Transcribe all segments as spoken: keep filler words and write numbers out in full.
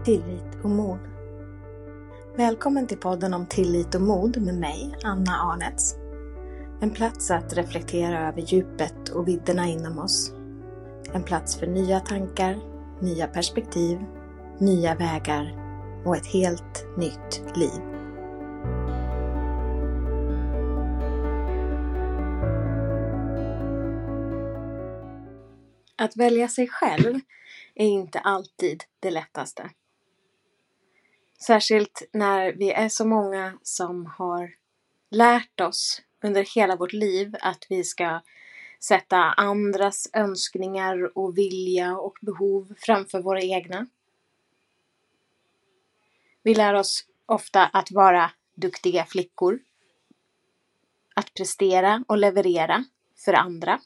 tillit och mod. Välkommen till podden om tillit och mod med mig, Anna Arnets. En plats att reflektera över djupet och vidderna inom oss. En plats för nya tankar, nya perspektiv, nya vägar och ett helt nytt liv. Att välja sig själv är inte alltid det lättaste. Särskilt när vi är så många som har lärt oss under hela vårt liv att vi ska sätta andras önskningar och vilja och behov framför våra egna. Vi lär oss ofta att vara duktiga flickor, att prestera och leverera för andra.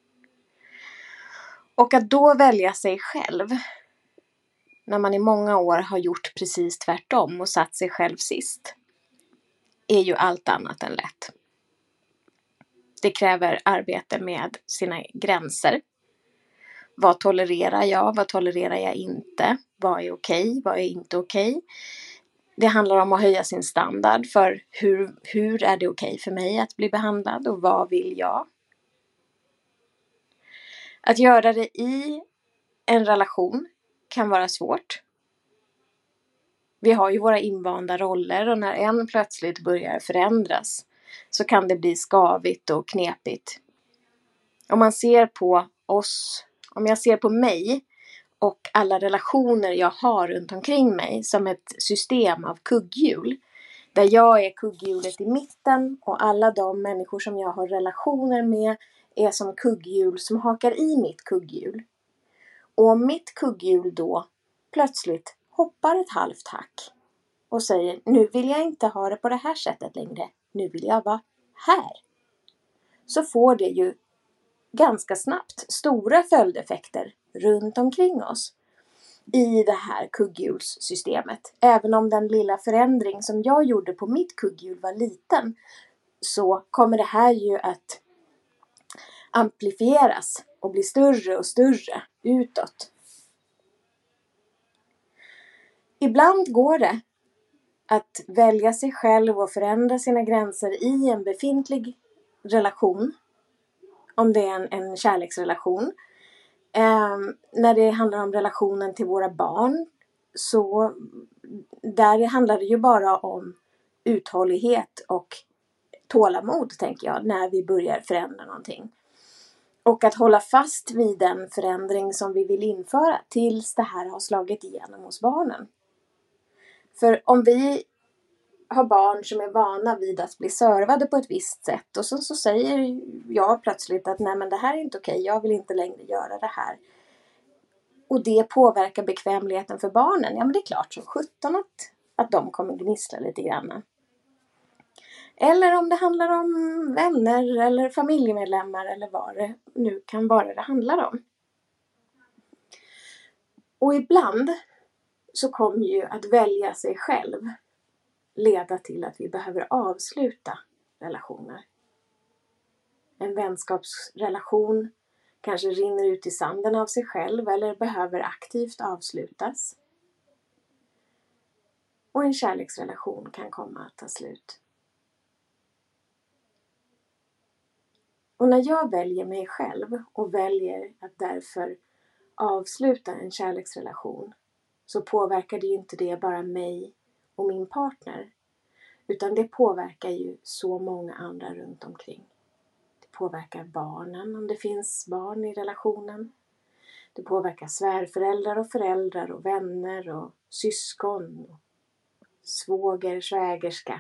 Och att då välja sig själv, när man i många år har gjort precis tvärtom och satt sig själv sist, är ju allt annat än lätt. Det kräver arbete med sina gränser. Vad tolererar jag? Vad tolererar jag inte? Vad är okej? Vad är inte okej? Det handlar om att höja sin standard för hur, hur är det okej för mig att bli behandlad och vad vill jag? Att göra det i en relation kan vara svårt. Vi har ju våra invanda roller och när en plötsligt börjar förändras så kan det bli skavigt och knepigt. Om man ser på oss, om jag ser på mig och alla relationer jag har runt omkring mig som ett system av kugghjul. Där jag är kugghjulet i mitten och alla de människor som jag har relationer med är som kugghjul som hakar i mitt kugghjul. Och om mitt kugghjul då plötsligt hoppar ett halvt hack och säger nu vill jag inte ha det på det här sättet längre, nu vill jag vara här. Så får det ju ganska snabbt stora följdeffekter runt omkring oss i det här kugghjulssystemet. Även om den lilla förändring som jag gjorde på mitt kugghjul var liten så kommer det här ju att amplifieras och bli större och större utåt. Ibland går det att välja sig själv och förändra sina gränser i en befintlig relation. Om det är en, en kärleksrelation. Eh, när det handlar om relationen till våra barn. Så där handlar det ju bara om uthållighet och tålamod tänker jag. När vi börjar förändra någonting. Och att hålla fast vid den förändring som vi vill införa. Tills det här har slagit igenom hos barnen. För om vi har barn som är vana vid att bli servade på ett visst sätt. Och så, så säger jag plötsligt att nej men det här är inte okej. Jag vill inte längre göra det här. Och det påverkar bekvämligheten för barnen. Ja men det är klart som sjutton att, att de kommer gnissla lite grann. Eller om det handlar om vänner eller familjemedlemmar. Eller vad det nu kan vara det handlar om. Och ibland så kommer ju att välja sig själv leda till att vi behöver avsluta relationer. En vänskapsrelation kanske rinner ut i sanden av sig själv eller behöver aktivt avslutas. Och en kärleksrelation kan komma att ta slut. Och när jag väljer mig själv och väljer att därför avsluta en kärleksrelation så påverkar det ju inte det bara mig och min partner. Utan det påverkar ju så många andra runt omkring. Det påverkar barnen om det finns barn i relationen. Det påverkar svärföräldrar och föräldrar och vänner och syskon. Och svåger, svägerska.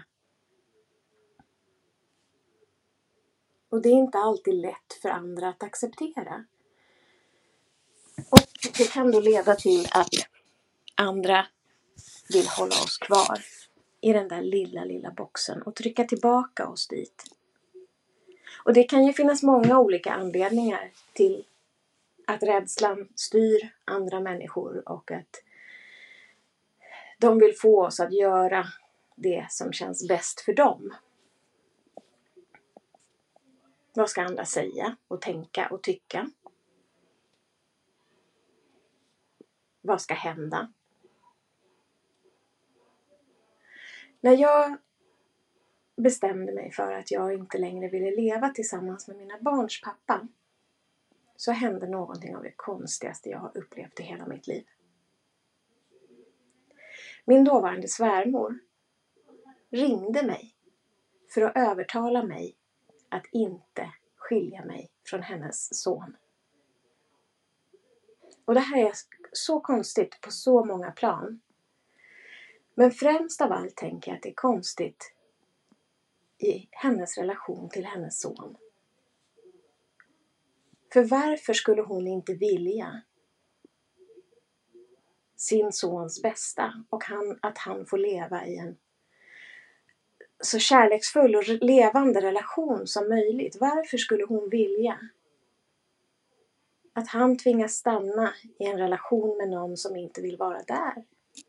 Och det är inte alltid lätt för andra att acceptera. Och det kan då leda till att andra vill hålla oss kvar i den där lilla, lilla boxen och trycka tillbaka oss dit. Och det kan ju finnas många olika anledningar till att rädslan styr andra människor och att de vill få oss att göra det som känns bäst för dem. Vad ska andra säga och tänka och tycka? Vad ska hända? När jag bestämde mig för att jag inte längre ville leva tillsammans med mina barns pappa, så hände någonting av det konstigaste jag har upplevt i hela mitt liv. Min dåvarande svärmor ringde mig för att övertala mig att inte skilja mig från hennes son. Och det här är så konstigt på så många plan. Men främst av allt tänker jag att det är konstigt i hennes relation till hennes son. För varför skulle hon inte vilja sin sons bästa och han, att han får leva i en så kärleksfull och levande relation som möjligt? Varför skulle hon vilja att han tvingas stanna i en relation med någon som inte vill vara där?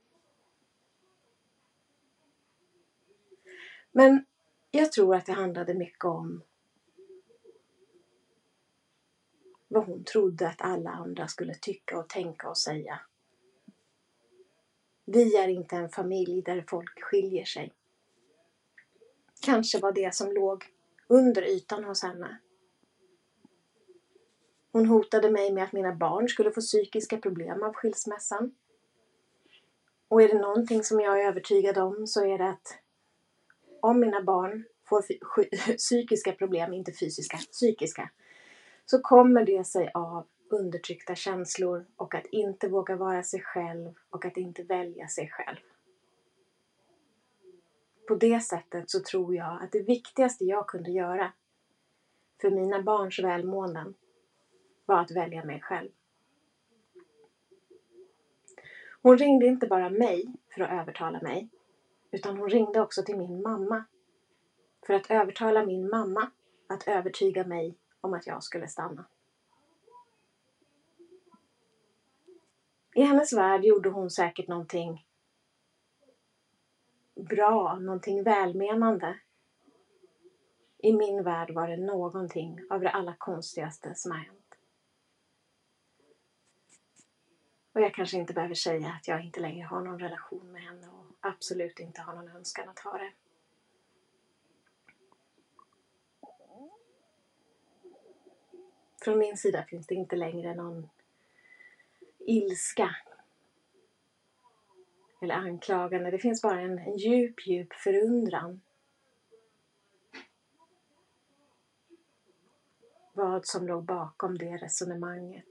Men jag tror att det handlade mycket om vad hon trodde att alla andra skulle tycka och tänka och säga. Vi är inte en familj där folk skiljer sig. Kanske var det som låg under ytan hos henne. Hon hotade mig med att mina barn skulle få psykiska problem av skilsmässan. Och är det någonting som jag är övertygad om, så är det att om mina barn får psykiska problem, inte fysiska, psykiska, så kommer det sig av undertryckta känslor och att inte våga vara sig själv och att inte välja sig själv. På det sättet så tror jag att det viktigaste jag kunde göra för mina barns välmåenden var att välja mig själv. Hon ringde inte bara mig för att övertala mig, utan hon ringde också till min mamma för att övertala min mamma att övertyga mig om att jag skulle stanna. I hennes värld gjorde hon säkert någonting bra, någonting välmenande. I min värld var det någonting av det allra konstigaste som har hänt. Och jag kanske inte behöver säga att jag inte längre har någon relation med henne och absolut inte har någon önskan att ha det. Från min sida finns det inte längre någon ilska eller anklagande. Det finns bara en, en djup, djup förundran. Vad som låg bakom det resonemanget.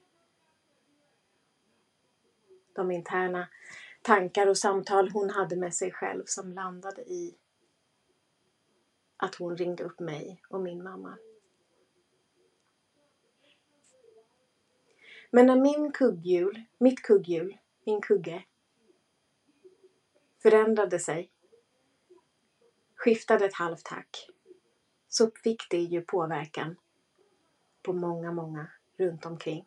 De interna tankar och samtal hon hade med sig själv som landade i att hon ringde upp mig och min mamma. Men när min kugghjul, mitt kugghjul, min kugge förändrade sig, skiftade ett halvt hack, så fick det ju påverkan på många, många runt omkring.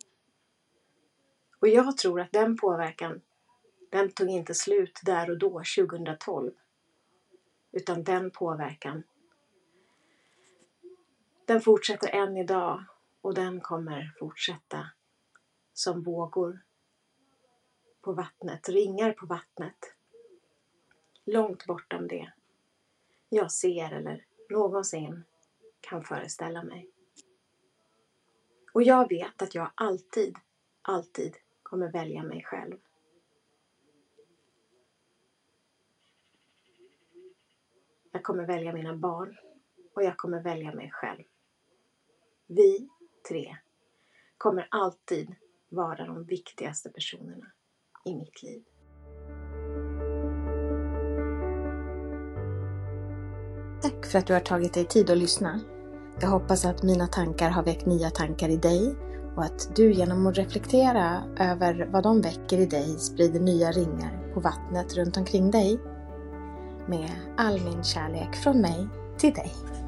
Och jag tror att den påverkan, den tog inte slut där och då tjugohundratolv. Utan den påverkan, den fortsätter än idag och den kommer fortsätta som vågor på vattnet, ringar på vattnet. Långt bortom det jag ser eller någonsin kan föreställa mig. Och jag vet att jag alltid, alltid kommer välja mig själv. Jag kommer välja mina barn och jag kommer välja mig själv. Vi tre kommer alltid vara de viktigaste personerna i mitt liv. Tack för att du har tagit dig tid att lyssna. Jag hoppas att mina tankar har väckt nya tankar i dig och att du genom att reflektera över vad de väcker i dig sprider nya ringar på vattnet runt omkring dig. Med all min kärlek från mig till dig.